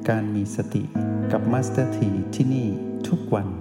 การมีสติกับมาสเตอร์ทีที่นี่ทุกวัน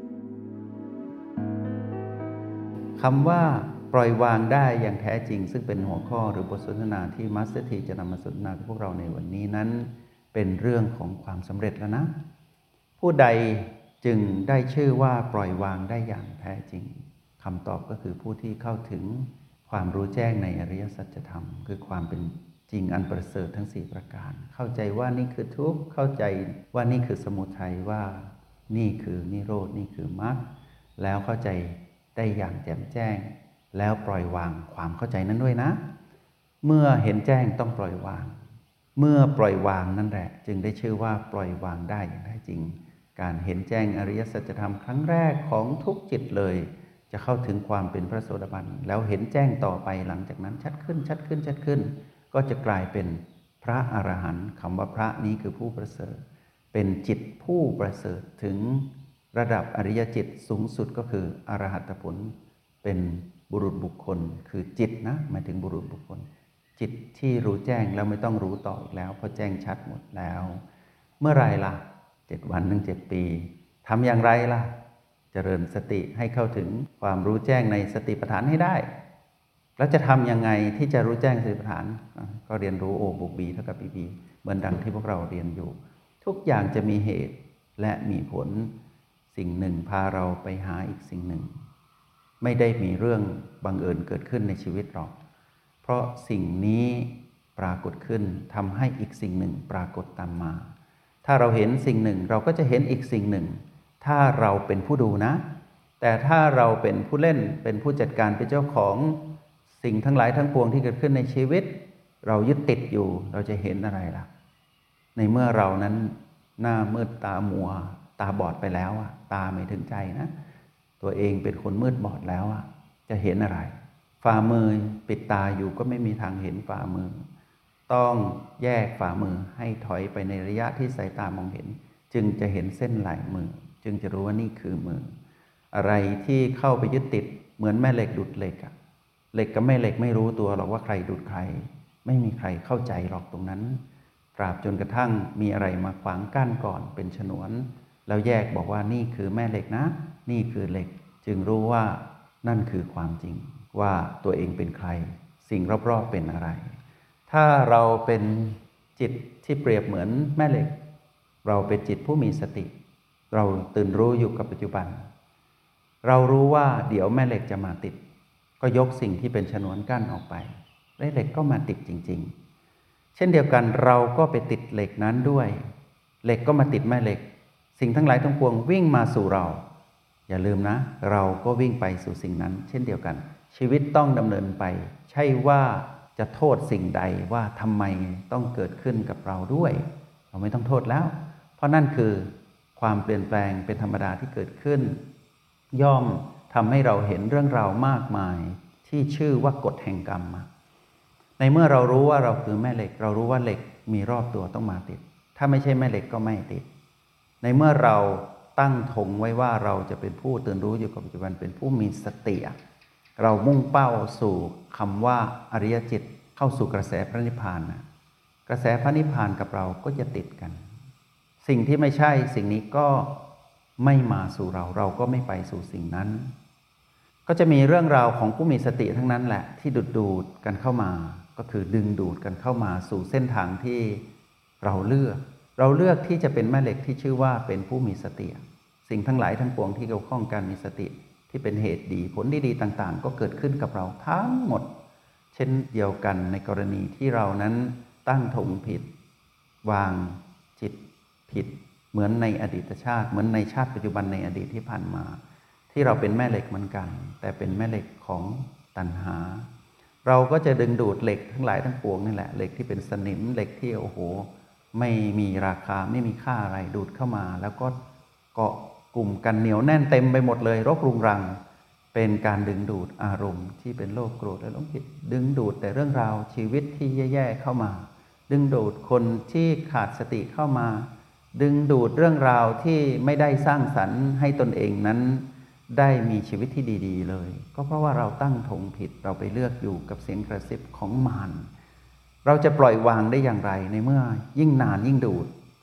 คำว่าปล่อยวางได้อย่างแท้จริงซึ่งเป็นหัวข้อหรือบทสนทนาที่มาสเตอร์ทีจะนำมาสนทนากับพวกเราในวันนี้นั้นเป็นเรื่องของความสำเร็จแล้วนะผู้ใดจึงได้ชื่อว่าปล่อยวางได้อย่างแท้จริงคำตอบก็คือผู้ที่เข้าถึงความรู้แจ้งในอริยสัจธรรมคือความเป็นจริงอันประเสริฐทั้ง4ประการเข้าใจว่านี่คือทุกข์เข้าใจว่านี่คือสมุทัยว่านี่คือนิโรธนี่คือมรรคแล้วเข้าใจได้อย่างแจ่มแจ้งแล้วปล่อยวางความเข้าใจนั้นด้วยนะเมื่อเห็นแจ้งต้องปล่อยวางเมื่อปล่อยวางนั่นแหละจึงได้ชื่อว่าปล่อยวางได้อย่างแท้จริงการเห็นแจ้งอริยสัจธรรมครั้งแรกของทุกจิตเลยจะเข้าถึงความเป็นพระโสดาบันแล้วเห็นแจ้งต่อไปหลังจากนั้นชัดขึ้นก็จะกลายเป็นพระอรหันต์คำว่าพระนี้คือผู้ประเสริฐเป็นจิตผู้ประเสริฐถึงระดับอริยจิตสูงสุดก็คืออรหัตผลเป็นบุรุษบุคคลคือจิตนะหมายถึงบุรุษบุคคลจิตที่รู้แจ้งแล้วไม่ต้องรู้ต่ออีกแล้วเพราะแจ้งชัดหมดแล้วเมื่อไรล่ะ7 วันถึง7 ปีทำอย่างไรล่ะเจริญสติให้เข้าถึงความรู้แจ้งในสติปัฏฐานให้ได้แล้วจะทำยังไงที่จะรู้แจ้งสติปัฏฐานก็เรียนรู้ O บวก B เท่ากับ BB เหมือนดังที่พวกเราเรียนอยู่ทุกอย่างจะมีเหตุและมีผลสิ่งหนึ่งพาเราไปหาอีกสิ่งหนึ่งไม่ได้มีเรื่องบังเอิญเกิดขึ้นในชีวิตหรอกเพราะสิ่งนี้ปรากฏขึ้นทำให้อีกสิ่งหนึ่งปรากฏตามมาถ้าเราเห็นสิ่งหนึ่งเราก็จะเห็นอีกสิ่งหนึ่งถ้าเราเป็นผู้ดูนะแต่ถ้าเราเป็นผู้เล่นเป็นผู้จัดการเป็นเจ้าของสิ่งทั้งหลายทั้งปวงที่เกิดขึ้นในชีวิตเรายึดติดอยู่เราจะเห็นอะไรล่ะในเมื่อเรานั้นหน้ามืดตามัวตาบอดไปแล้วตาไม่ถึงใจนะตัวเองเป็นคนมืดบอดแล้วจะเห็นอะไรฝ่ามือปิดตาอยู่ก็ไม่มีทางเห็นฝ่ามือต้องแยกฝ่ามือให้ถอยไปในระยะที่สายตามองเห็นจึงจะเห็นเส้นลายมือจึงจะรู้ว่านี่คือมืออะไรที่เข้าไปยึดติดเหมือนแม่เหล็กดูดเหล็กเหล็กกับแม่เหล็กไม่รู้ตัวหรอกว่าใครดูดใครไม่มีใครเข้าใจหรอกตรงนั้นตราบจนกระทั่งมีอะไรมาขวางกั้นก่อนเป็นฉนวนแล้วแยกบอกว่านี่คือแม่เหล็กนะนี่คือเหล็กจึงรู้ว่านั่นคือความจริงว่าตัวเองเป็นใครสิ่งรอบๆเป็นอะไรถ้าเราเป็นจิตที่เปรียบเหมือนแม่เหล็กเราเป็นจิตผู้มีสติเราตื่นรู้อยู่กับปัจจุบันเรารู้ว่าเดี๋ยวแม่เหล็กจะมาติดก็ยกสิ่งที่เป็นฉนวนกั้นออกไปและเหล็กก็มาติดจริงๆเช่นเดียวกันเราก็ไปติดเหล็กนั้นด้วยเหล็กก็มาติดแม่เหล็กสิ่งทั้งหลายทั้งปวงวิ่งมาสู่เราอย่าลืมนะเราก็วิ่งไปสู่สิ่งนั้นเช่นเดียวกันชีวิตต้องดำเนินไปใช่ว่าจะโทษสิ่งใดว่าทำไมต้องเกิดขึ้นกับเราด้วยเราไม่ต้องโทษแล้วเพราะนั่นคือความเปลี่ยนแปลงเป็นธรรมดาที่เกิดขึ้นย่อมทำให้เราเห็นเรื่องราวมากมายที่ชื่อว่ากฎแห่งกรรมในเมื่อเรารู้ว่าเราคือแม่เหล็กเรารู้ว่าเหล็กมีรอบตัวต้องมาติดถ้าไม่ใช่แม่เหล็กก็ไม่ติดในเมื่อเราตั้งธงไว้ว่าเราจะเป็นผู้ตื่นรู้อยู่กับปัจจุบันเป็นผู้มีสติเรามุ่งเป้าสู่คำว่าอริยจิตเข้าสู่กระแสพระนิพพานกระแสพระนิพพานกับเราก็จะติดกันสิ่งที่ไม่ใช่สิ่งนี้ก็ไม่มาสู่เราเราก็ไม่ไปสู่สิ่งนั้นก็จะมีเรื่องราวของผู้มีสติทั้งนั้นแหละที่ดูดกันเข้ามาก็คือดึงดูดกันเข้ามาสู่เส้นทางที่เราเลือกที่จะเป็นแม่เหล็กที่ชื่อว่าเป็นผู้มีสติสิ่งทั้งหลายทั้งปวงที่เกี่ยวข้องกันมีสติที่เป็นเหตุดีผลดีๆต่างๆก็เกิดขึ้นกับเราทั้งหมดเช่นเดียวกันในกรณีที่เรานั้นตั้งธงผิดวางจิตผิดเหมือนในอดีตชาติเหมือนในชาติปัจจุบันในอดีตที่ผ่านมาที่เราเป็นแม่เหล็กเหมือนกันแต่เป็นแม่เหล็กของตัณหาเราก็จะดึงดูดเหล็กทั้งหลายทั้งปวงนี่แหละเหล็กที่เป็นสนิมเหล็กที่โอ้โหไม่มีราคาไม่มีค่าอะไรดูดเข้ามาแล้วก็เกาะกลุ่มกันเหนียวแน่นเต็มไปหมดเลยรกรุงรังเป็นการดึงดูดอารมณ์ที่เป็นโลภโกรธและหลงผิดดึงดูดแต่เรื่องราวชีวิตที่แย่ๆเข้ามาดึงดูดคนที่ขาดสติเข้ามาดึงดูดเรื่องราวที่ไม่ได้สร้างสรรค์ให้ตนเองนั้นได้มีชีวิตที่ดีๆเลยก็เพราะว่าเราตั้งธงผิดเราไปเลือกอยู่กับเสียงกระซิบของมารเราจะปล่อยวางได้อย่างไรในเมื่อยิ่งนานยิ่งดูด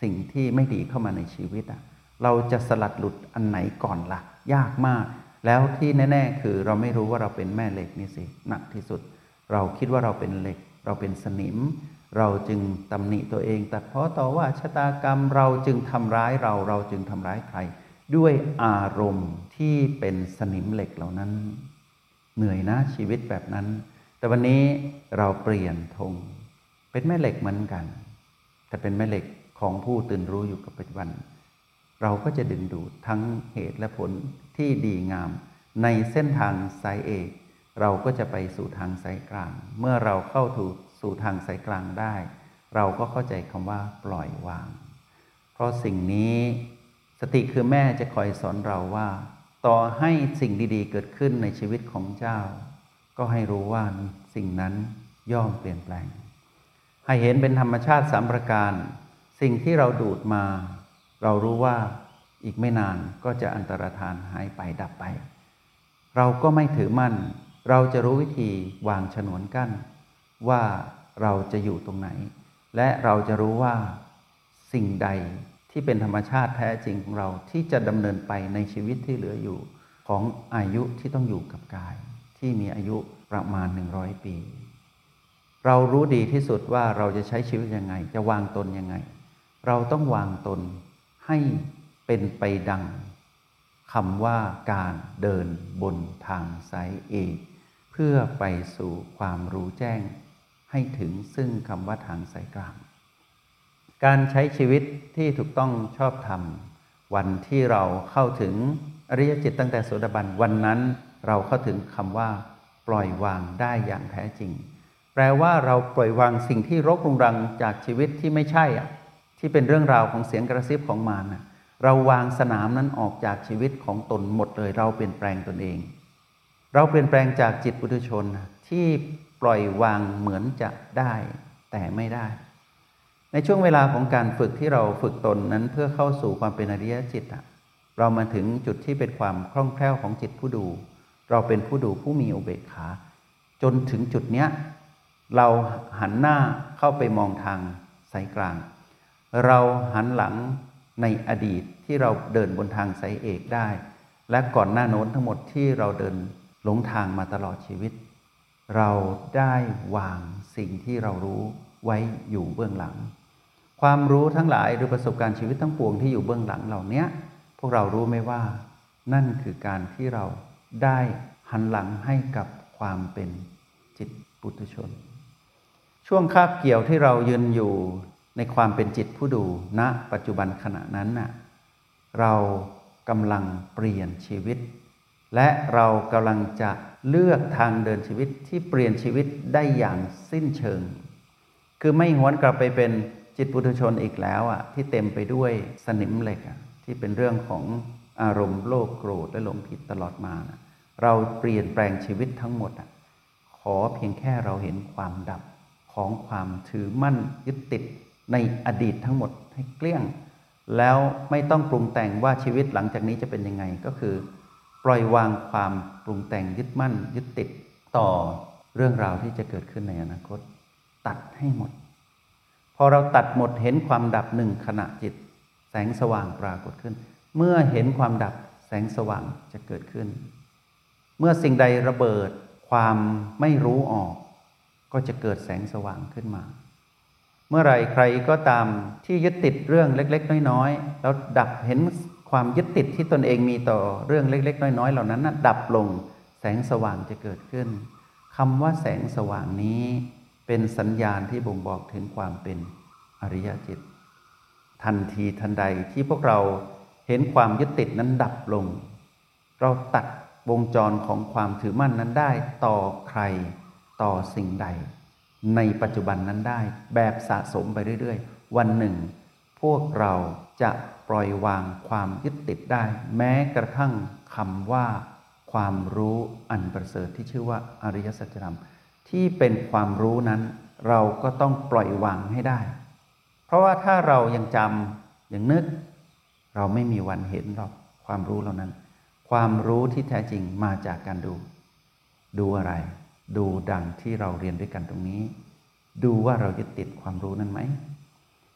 สิ่งที่ไม่ดีเข้ามาในชีวิตเราจะสลัดหลุดอันไหนก่อนล่ะยากมากแล้วที่แน่ๆคือเราไม่รู้ว่าเราเป็นแม่เหล็กนี่สิหนักที่สุดเราคิดว่าเราเป็นเหล็กเราเป็นสนิมเราจึงตำหนิตัวเองตัดพ้อต่อว่าชะตากรรมเราจึงทำร้ายเราจึงทำร้ายใครด้วยอารมณ์ที่เป็นสนิมเหล็กเหล่านั้นเหนื่อยนะชีวิตแบบนั้นแต่วันนี้เราเปลี่ยนธงเป็นแม่เหล็กเหมือนกันแต่เป็นแม่เหล็กของผู้ตื่นรู้อยู่กับปัจจุบันเราก็จะดึงดูดทั้งเหตุและผลที่ดีงามในเส้นทางสายเอกเราก็จะไปสู่ทางสายกลางเมื่อเราเข้าสู่ทางสายกลางได้เราก็เข้าใจคำว่าปล่อยวางเพราะสิ่งนี้สติคือแม่จะคอยสอนเราว่าต่อให้สิ่งดีๆเกิดขึ้นในชีวิตของเจ้าก็ให้รู้ว่าสิ่งนั้นย่อมเปลี่ยนแปลงให้เห็นเป็นธรรมชาติ3ประการสิ่งที่เราดูดมาเรารู้ว่าอีกไม่นานก็จะอันตรธานหายไปดับไปเราก็ไม่ถือมั่นเราจะรู้วิธีวางฉนวนกั้นว่าเราจะอยู่ตรงไหนและเราจะรู้ว่าสิ่งใดที่เป็นธรรมชาติแท้จริงของเราที่จะดำเนินไปในชีวิตที่เหลืออยู่ของอายุที่ต้องอยู่กับกายที่มีอายุประมาณ100 ปีเรารู้ดีที่สุดว่าเราจะใช้ชีวิตยังไงจะวางตนยังไงเราต้องวางตนให้เป็นไปดังคำว่าการเดินบนทางสายเอกเพื่อไปสู่ความรู้แจ้งให้ถึงซึ่งคำว่าทางสายกลางการใช้ชีวิตที่ถูกต้องชอบธรรมวันที่เราเข้าถึงอริยจิตตั้งแต่โสดาบันวันนั้นเราเข้าถึงคำว่าปล่อยวางได้อย่างแท้จริงแปลว่าเราปล่อยวางสิ่งที่รกรุงรังจากชีวิตที่ไม่ใช่ที่เป็นเรื่องราวของเสียงกระซิบของมารเราวางสนามนั้นออกจากชีวิตของตนหมดเลยเราเปลี่ยนแปลงตนเองเราเปลี่ยนแปลงจากจิตปุถุชนที่ปล่อยวางเหมือนจะได้แต่ไม่ได้ในช่วงเวลาของการฝึกที่เราฝึกตนนั้นเพื่อเข้าสู่ความเป็นอริยจิตเรามาถึงจุดที่เป็นความคล่องแคล่วของจิตผู้ดูเราเป็นผู้ดูผู้มีอุเบกขาจนถึงจุดเนี้ยเราหันหน้าเข้าไปมองทางสายกลางเราหันหลังในอดีตที่เราเดินบนทางสายเอกได้และก่อนหน้าโน้นทั้งหมดที่เราเดินหลงทางมาตลอดชีวิตเราได้วางสิ่งที่เรารู้ไว้อยู่เบื้องหลังความรู้ทั้งหลายหรือประสบการณ์ชีวิตทั้งปวงที่อยู่เบื้องหลังเหล่านี้พวกเรารู้ไหมว่านั่นคือการที่เราได้หันหลังให้กับความเป็นจิตปุถุชนช่วงคาบเกี่ยวที่เรายืนอยู่ในความเป็นจิตผู้ดูณปัจจุบันขณะนั้นเรากำลังเปลี่ยนชีวิตและเรากำลังจะเลือกทางเดินชีวิตที่เปลี่ยนชีวิตได้อย่างสิ้นเชิงคือไม่หวนกลับไปเป็นจิตปุถุชนอีกแล้วที่เต็มไปด้วยสนิมเหล็กที่เป็นเรื่องของอารมณ์โลภโกรธและหลงผิดตลอดมาเราเปลี่ยนแปลงชีวิตทั้งหมดขอเพียงแค่เราเห็นความดับของความถือมั่นยึดติดในอดีตทั้งหมดให้เกลี้ยงแล้วไม่ต้องปรุงแต่งว่าชีวิตหลังจากนี้จะเป็นยังไงก็คือปล่อยวางความปรุงแต่งยึดมั่นยึดติดต่อเรื่องราวที่จะเกิดขึ้นในอนาคตตัดให้หมดพอเราตัดหมดเห็นความดับหนึ่งขณะจิตแสงสว่างปรากฏขึ้นเมื่อเห็นความดับแสงสว่างจะเกิดขึ้นเมื่อสิ่งใดระเบิดความไม่รู้ออกก็จะเกิดแสงสว่างขึ้นมาเมื่อไรใครก็ตามที่ยึดติดเรื่องเล็กๆน้อยๆแล้วดับเห็นความยึดติดที่ตนเองมีต่อเรื่องเล็กๆน้อยๆเหล่านั้นดับลงแสงสว่างจะเกิดขึ้นคำว่าแสงสว่างนี้เป็นสัญญาณที่บ่งบอกถึงความเป็นอริยจิตทันทีทันใดที่พวกเราเห็นความยึดติดนั้นดับลงเราตัดวงจรของความถือมั่นนั้นได้ต่อใครต่อสิ่งใดในปัจจุบันนั้นได้แบบสะสมไปเรื่อยๆวันหนึ่งพวกเราจะปล่อยวางความยึดติดได้แม้กระทั่งคำว่าความรู้อันประเสริฐที่ชื่อว่าอริยสัจธรรมที่เป็นความรู้นั้นเราก็ต้องปล่อยวางให้ได้เพราะว่าถ้าเรายังจำยังนึกเราไม่มีวันเห็นหรอกความรู้เหล่านั้นความรู้ที่แท้จริงมาจากการดูอะไรดูดังที่เราเรียนด้วยกันตรงนี้ดูว่าเรายึดติดความรู้นั้นไหมถ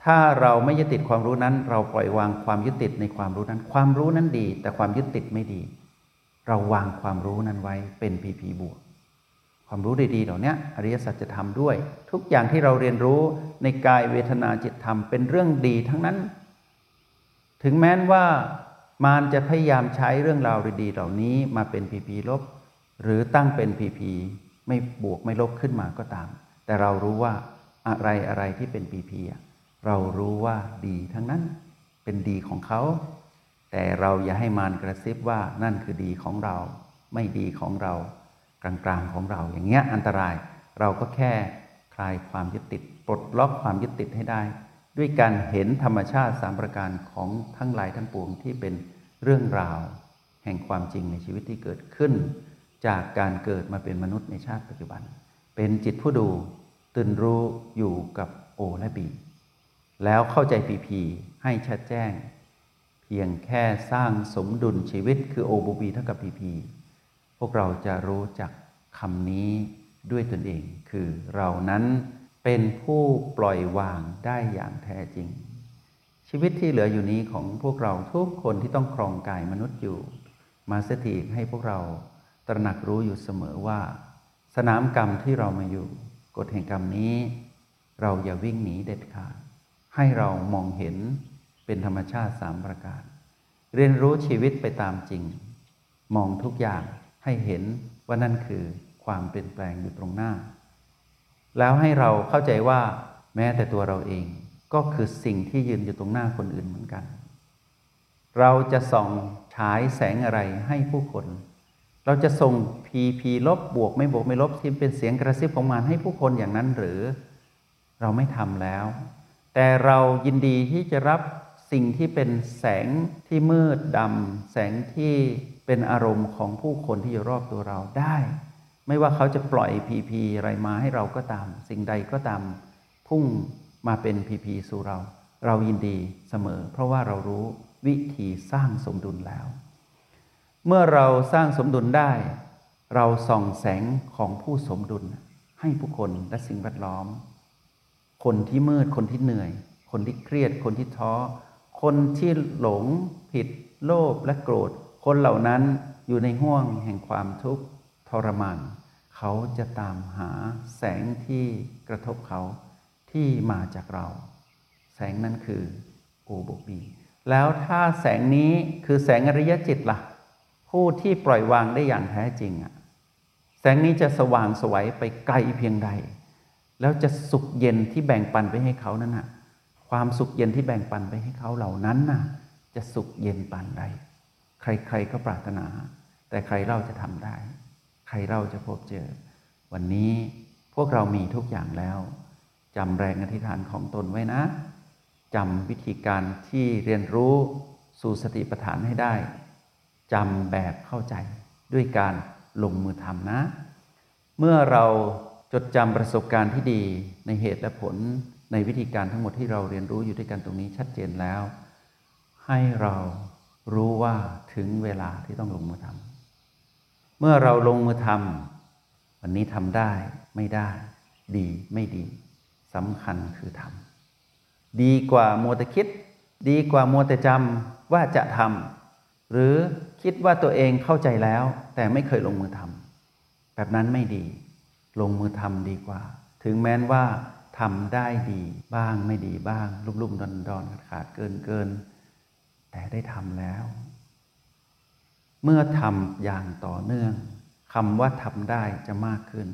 ถ้าเราไม่ยึดติดความรู้นั้นเราปล่อยวางความยึดติดในความรู้นั้นความรู้นั้นดีแต่ความยึดติดไม่ดีเราวางความรู้นั้นไว้เป็น PP บวกความรู้ดีๆเหล่านี้อริยสัจธรรมด้วยทุกอย่างที่เราเรียนรู้ในกายเวทนาจิตธรรมเป็นเรื่องดีทั้งนั้นถึงแม้ว่ามารจะพยายามใช้เรื่องราวดีๆเหล่านี้มาเป็น PP ลบหรือตั้งเป็น PP ไม่บวกไม่ลบขึ้นมาก็ตามแต่เรารู้ว่าอะไรที่เป็น PP เรารู้ว่าดีทั้งนั้นเป็นดีของเขาแต่เราอย่าให้มารกระซิบว่านั่นคือดีของเราไม่ดีของเรากลางๆของเราอย่างเงี้ยอันตรายเราก็แค่คลายความยึดติดปลดล็อกความยึดติดให้ได้ด้วยการเห็นธรรมชาติ3ประการของทั้งหลายทั้งปวงที่เป็นเรื่องราวแห่งความจริงในชีวิตที่เกิดขึ้นจากการเกิดมาเป็นมนุษย์ในชาติปัจจุบันเป็นจิตผู้ดูตื่นรู้อยู่กับโอและบีแล้วเข้าใจพีให้ชัดแจ้งเพียงแค่สร้างสมดุลชีวิตคือโอบบีเท่ากับพีพวกเราจะรู้จักคำนี้ด้วยตนเองคือเรานั้นเป็นผู้ปล่อยวางได้อย่างแท้จริงชีวิตที่เหลืออยู่นี้ของพวกเราทุกคนที่ต้องครองกายมนุษย์อยู่มาสถีให้พวกเราตระหนักรู้อยู่เสมอว่าสนามกรรมที่เรามาอยู่กฎแห่งกรรมนี้เราอย่าวิ่งหนีเด็ดขาดให้เรามองเห็นเป็นธรรมชาติ3ประการเรียนรู้ชีวิตไปตามจริงมองทุกอย่างให้เห็นว่านั่นคือความเปลี่ยนแปลงอยู่ตรงหน้าแล้วให้เราเข้าใจว่าแม้แต่ตัวเราเองก็คือสิ่งที่ยืนอยู่ตรงหน้าคนอื่นเหมือนกันเราจะส่องฉายแสงอะไรให้ผู้คนเราจะส่งพีลบบวกไม่บวกไม่ลบที่เป็นเสียงกระซิบของมารให้ผู้คนอย่างนั้นหรือเราไม่ทำแล้วแต่เรายินดีที่จะรับสิ่งที่เป็นแสงที่มืดดำแสงที่เป็นอารมณ์ของผู้คนที่อยู่รอบตัวเราได้ไม่ว่าเขาจะปล่อยพีอะไรมาให้เราก็ตามสิ่งใดก็ตามพุ่งมาเป็นพีสู่เรายินดีเสมอเพราะว่าเรารู้วิธีสร้างสมดุลแล้วเมื่อเราสร้างสมดุลได้เราส่องแสงของผู้สมดุลให้ผู้คนและสิ่งแวดล้อมคนที่มืดคนที่เหนื่อยคนที่เครียดคนที่ท้อคนที่หลงผิดโลภและโกรธคนเหล่านั้นอยู่ในห้วงแห่งความทุกข์ทรมานเขาจะตามหาแสงที่กระทบเขาที่มาจากเราแสงนั้นคือโอบวกบีแล้วถ้าแสงนี้คือแสงอริยจิตล่ะผู้ที่ปล่อยวางได้อย่างแท้จริงแสงนี้จะสว่างไสวไปไกลเพียงใดแล้วจะสุขเย็นที่แบ่งปันไปให้เขานั้นความสุขเย็นที่แบ่งปันไปให้เขาเหล่านั้นจะสุขเย็นปานใดใครๆก็ปรารถนาแต่ใครเล่าจะทำได้ใครเล่าจะพบเจอวันนี้พวกเรามีทุกอย่างแล้วจำแรงอธิษฐานของตนไว้นะจำวิธีการที่เรียนรู้สู่สติปัฏฐานให้ได้จำแบบเข้าใจด้วยการลงมือทำนะเมื่อเราจดจำประสบการณ์ที่ดีในเหตุและผลในวิธีการทั้งหมดที่เราเรียนรู้อยู่ด้วยกันตรงนี้ชัดเจนแล้วให้เรารู้ว่าถึงเวลาที่ต้องลงมือทำเมื่อเราลงมือทำวันนี้ทำได้ไม่ได้ดีไม่ดีสำคัญคือทำดีกว่ามัวแต่คิดดีกว่ามัวแต่จำว่าจะทำหรือคิดว่าตัวเองเข้าใจแล้วแต่ไม่เคยลงมือทำแบบนั้นไม่ดีลงมือทำดีกว่าถึงแม้ว่าทำได้ดีบ้างไม่ดีบ้างลุ่มๆดอนๆขาดเกินแต่ได้ทำแล้วเมื่อทำอย่างต่อเนื่องคำว่าทำได้จะมากขึ้น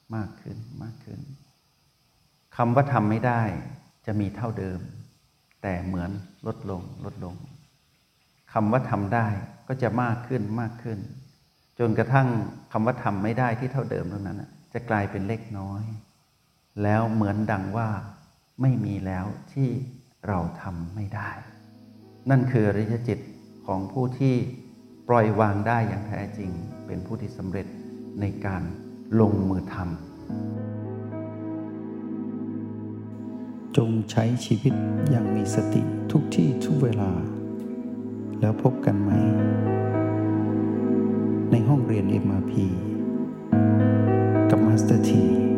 คำว่าทำไม่ได้จะมีเท่าเดิมแต่เหมือนลดลงคำว่าทำได้ก็จะมากขึ้นจนกระทั่งคำว่าทำไม่ได้ที่เท่าเดิมตรงนั้นจะกลายเป็นเล็กน้อยแล้วเหมือนดังว่าไม่มีแล้วที่เราทำไม่ได้นั่นคืออริยจิตของผู้ที่ปล่อยวางได้อย่างแท้จริงเป็นผู้ที่สำเร็จในการลงมือทำจงใช้ชีวิตอย่างมีสติทุกที่ทุกเวลาแล้วพบกันไหมในห้องเรียน MRP กับมาสเตอร์ที